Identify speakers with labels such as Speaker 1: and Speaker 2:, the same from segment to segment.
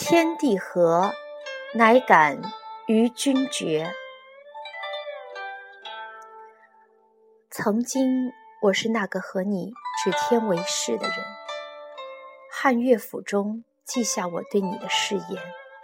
Speaker 1: 天地合，乃敢与君绝。曾经我是那个和你指天为誓的人，汉乐府中记下我对你的誓言。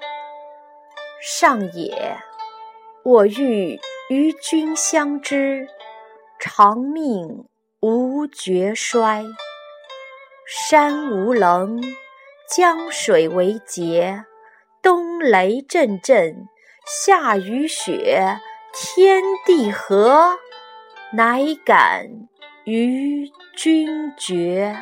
Speaker 1: 上也，我欲与君相知，长命无绝衰。山无棱，江水为竭，冬雷阵阵，夏雨雪，天地合，乃敢与君绝。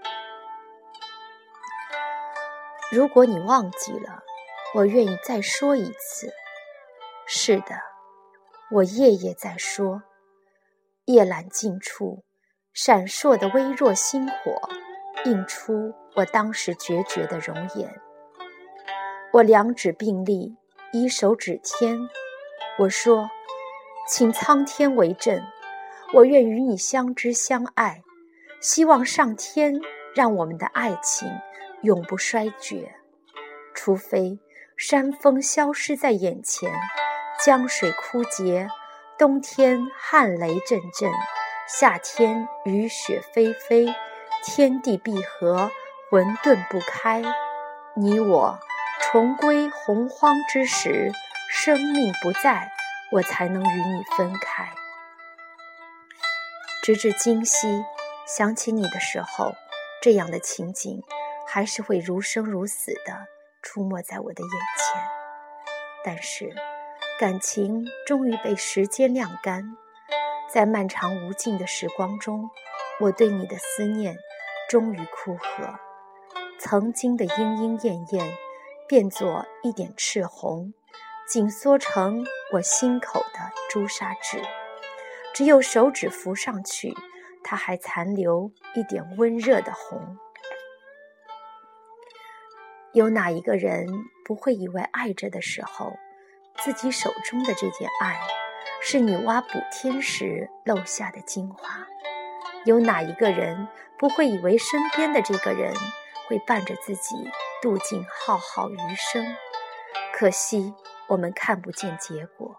Speaker 1: 如果你忘记了，我愿意再说一次。是的，我夜夜在说。夜阑尽处，闪烁的微弱星火，映出我当时决绝的容颜。我两指并立，一手指天，我说，请苍天为证，我愿与你相知相爱，希望上天让我们的爱情永不衰绝，除非山峰消失在眼前，江水枯竭，冬天旱雷阵阵，夏天雨雪霏霏，天地闭合，混沌不开，你我重归洪荒之时，生命不在，我才能与你分开。直至今夕，想起你的时候，这样的情景还是会如生如死地出没在我的眼前。但是感情终于被时间晾干，在漫长无尽的时光中，我对你的思念终于枯涸，曾经的莺莺燕燕变作一点赤红，紧缩成我心口的朱砂痣，只有手指扶上去，它还残留一点温热的红。有哪一个人不会以为爱着的时候，自己手中的这件爱是女娲补天时漏下的精华？有哪一个人不会以为身边的这个人会伴着自己度尽浩浩余生？可惜我们看不见结果。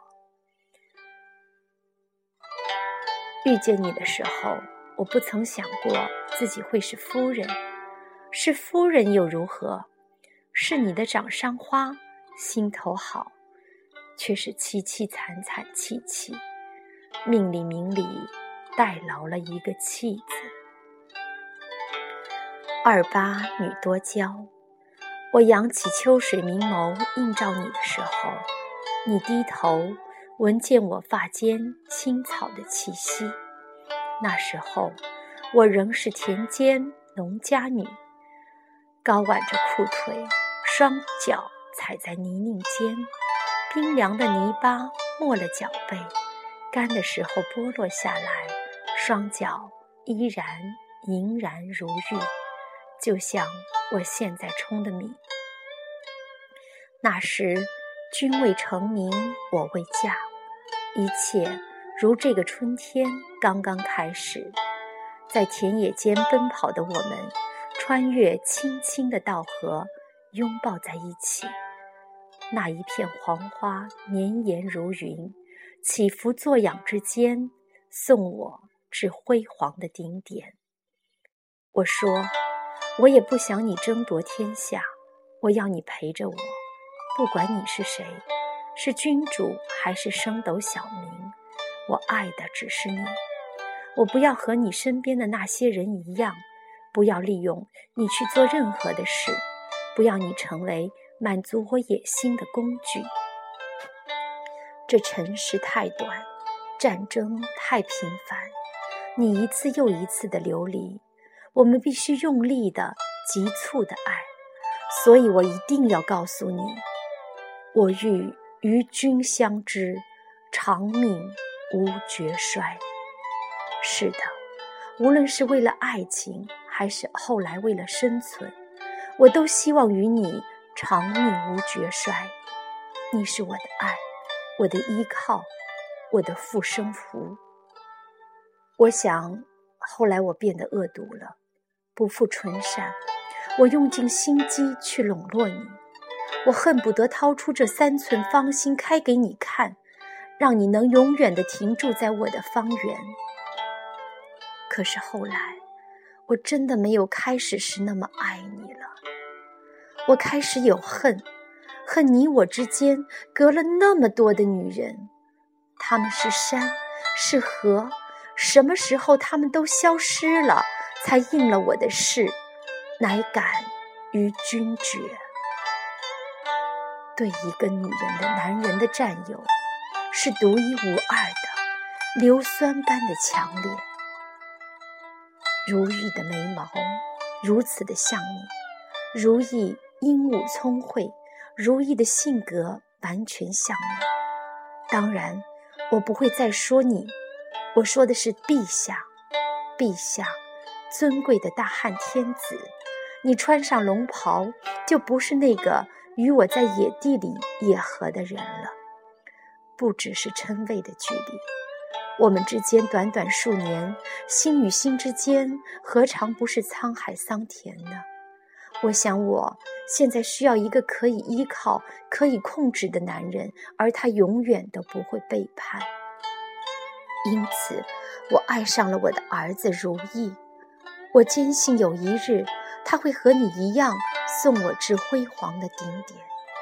Speaker 1: 遇见你的时候，我不曾想过自己会是夫人，是夫人又如何？是你的掌上花，心头好，却是凄凄惨惨戚戚，命里名里代劳了一个妻子。28女多娇，我扬起秋水明眸映照你的时候，你低头闻见我发间青草的气息。那时候我仍是田间农家女，高挽着裤腿，双脚踩在泥泞间，冰凉的泥巴没了脚背，干的时候剥落下来，双脚依然莹然如玉，就像我现在冲的米。那时君未成名，我未嫁，一切如这个春天刚刚开始。在田野间奔跑的我们，穿越青青的稻禾，拥抱在一起。那一片黄花绵延如云，起伏作仰之间，送我至辉煌的顶点。我说，我也不想你争夺天下，我要你陪着我，不管你是谁，是君主还是升斗小民，我爱的只是你。我不要和你身边的那些人一样，不要利用你去做任何的事，不要你成为满足我野心的工具。这尘世太短，战争太频繁，你一次又一次的流离，我们必须用力的急促的爱。所以我一定要告诉你，我欲与君相知，长命无绝衰。是的，无论是为了爱情，还是后来为了生存，我都希望与你长命无绝衰。你是我的爱，我的依靠，我的护身符。我想，后来我变得恶毒了，不复纯善，我用尽心机去笼络你， 我恨不得掏出这3寸芳心开给你看，让你能永远地停驻在我的方圆。可是后来，我真的没有开始时那么爱你了。我开始有恨你我之间隔了那么多的女人，她们是山，是河，什么时候她们都消失了，才应了我的誓，乃敢与君绝。对一个女人的男人的占有，是独一无二的，硫酸般的强烈。如玉的眉毛如此的像你，如意英武聪慧，如意的性格完全像你。当然我不会再说你，我说的是陛下。陛下，尊贵的大汉天子，你穿上龙袍，就不是那个与我在野地里野合的人了。不只是称谓的距离，我们之间短短数年，心与心之间何尝不是沧海桑田呢？我想我现在需要一个可以依靠、可以控制的男人，而他永远都不会背叛。因此我爱上了我的儿子如意，我坚信有一日他会和你一样送我至辉煌的顶点。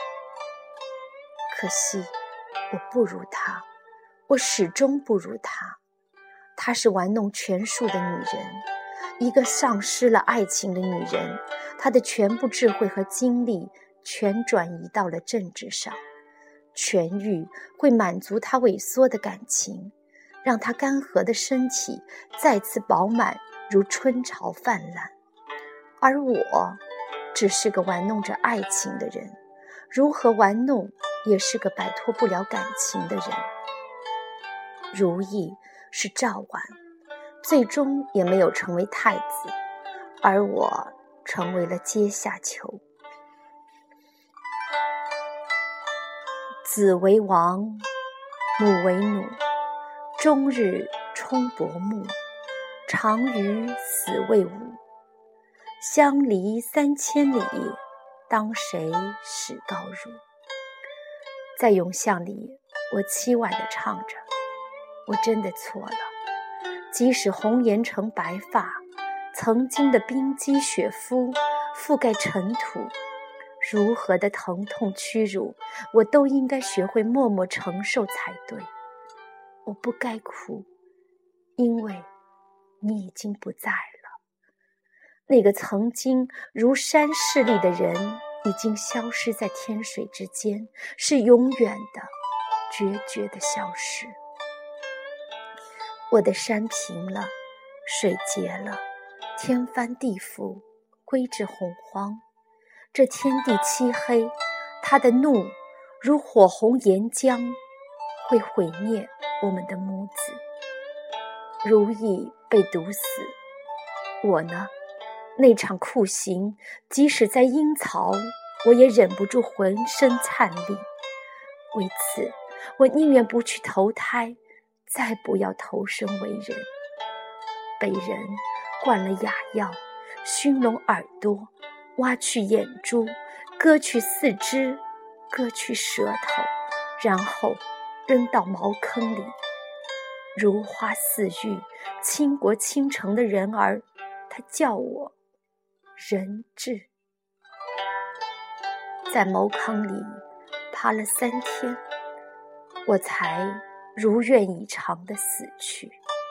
Speaker 1: 可惜我不如他，我始终不如他。她是玩弄权术的女人，一个丧失了爱情的女人，她的全部智慧和精力全转移到了政治上。权欲会满足她萎缩的感情，让她干涸的身体再次饱满，如春潮泛滥。而我只是个玩弄着爱情的人，如何玩弄也是个摆脱不了感情的人。如意是赵婉，最终也没有成为太子，而我成为了阶下囚。子为王，母为奴，终日冲薄暮，常于死未午。相离3000里，当谁使高儒？在咏巷里，我凄婉地唱着，我真的错了。即使红颜成白发，曾经的冰肌雪肤覆盖尘土，如何的疼痛屈辱，我都应该学会默默承受才对。我不该哭，因为你已经不在了。那个曾经如山势立的人已经消失在天水之间，是永远的决绝的消失。我的山平了，水竭了，天翻地覆，归至洪荒。这天地漆黑，他的怒如火红岩浆，会毁灭我们的母子。如意被毒死，我呢，那场酷刑即使在阴曹，我也忍不住浑身颤栗。为此我宁愿不去投胎，再不要投生为人。被人灌了哑药，熏聋耳朵，挖去眼珠，割去四肢，割去舌头，然后扔到茅坑里。如花似玉，倾国倾城的人儿，他叫我人质。在茅坑里爬了3天，我才如愿以偿地死去。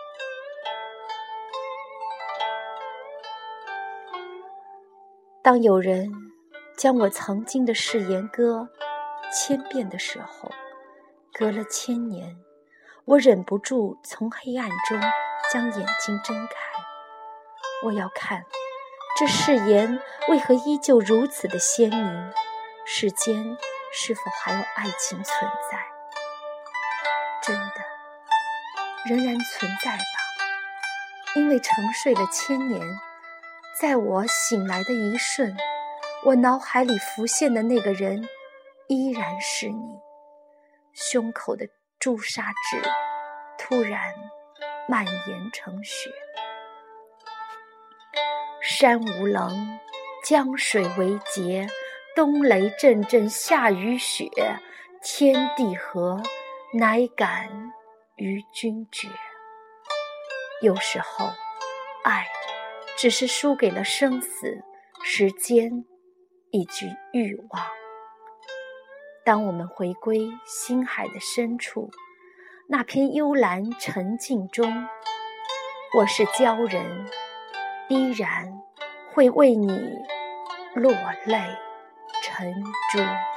Speaker 1: 当有人将我曾经的誓言歌千遍的时候，隔了1000年，我忍不住从黑暗中将眼睛睁开。我要看这誓言为何依旧如此的鲜明，世间是否还有爱情存在？真的仍然存在吧，因为沉睡了1000年，在我醒来的一瞬，我脑海里浮现的那个人依然是你。胸口的朱砂痣突然蔓延成雪。山无棱，江水为竭， 冬雷阵阵，夏雨雪，天地合，乃敢与君绝。有时候，爱只是输给了生死、时间以及欲望。当我们回归心海的深处，那片幽蓝沉静中，我是鲛人，依然会为你落泪成珠。